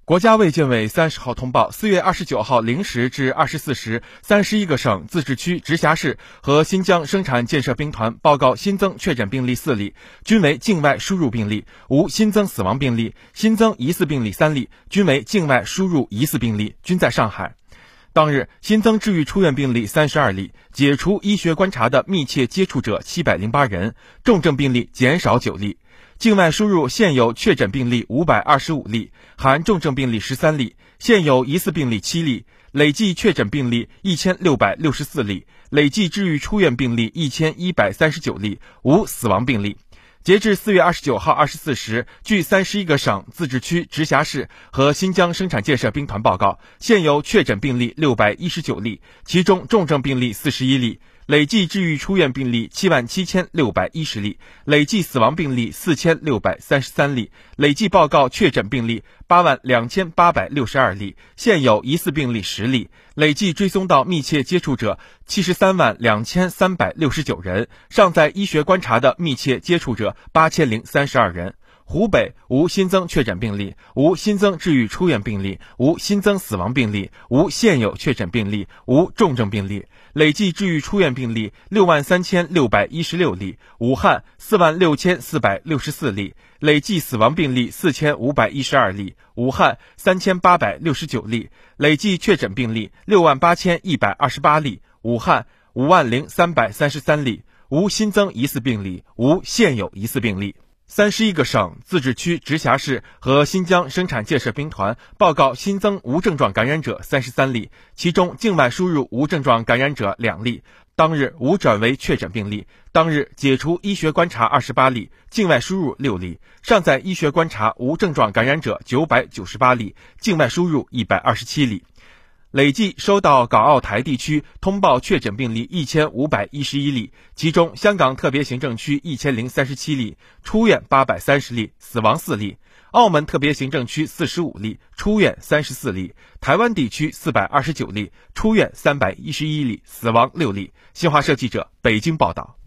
国家卫健委30号通报，4月29号0时至24时，31个省、自治区、直辖市和新疆生产建设兵团报告新增确诊病例4例，均为境外输入病例，无新增死亡病例；新增疑似病例3例，均为境外输入疑似病例，均在上海。当日新增治愈出院病例32例，解除医学观察的密切接触者708人，重症病例减少9例。境外输入现有确诊病例525例，含重症病例13例，现有疑似病例7例，累计确诊病例1664例，累计治愈出院病例1139例，无死亡病例。截至4月29号24时，据31个省、自治区、直辖市和新疆生产建设兵团报告，现有确诊病例619例，其中重症病例41例，累计治愈出院病例77610例，累计死亡病例4633例，累计报告确诊病例82862例，现有疑似病例10例，累计追踪到密切接触者732369人，尚在医学观察的密切接触者8032人。湖北无新增确诊病例，无新增治愈出院病例，无新增死亡病例，无现有确诊病例，无重症病例，累计治愈出院病例63616例。武汉46464例，累计死亡病例4512例。武汉3869例，累计确诊病例68128例。武汉50333例，无新增疑似病例，无现有疑似病例。31个省、自治区、直辖市和新疆生产建设兵团报告新增无症状感染者33例，其中境外输入无症状感染者2例，当日无转为确诊病例，当日解除医学观察28例，境外输入6例，尚在医学观察无症状感染者998例，境外输入127例。累计收到港澳台地区通报确诊病例1511例，其中香港特别行政区1037例，出院830例，死亡4例；澳门特别行政区45例，出院34例；台湾地区429例，出院311例，死亡6例。新华社记者北京报道。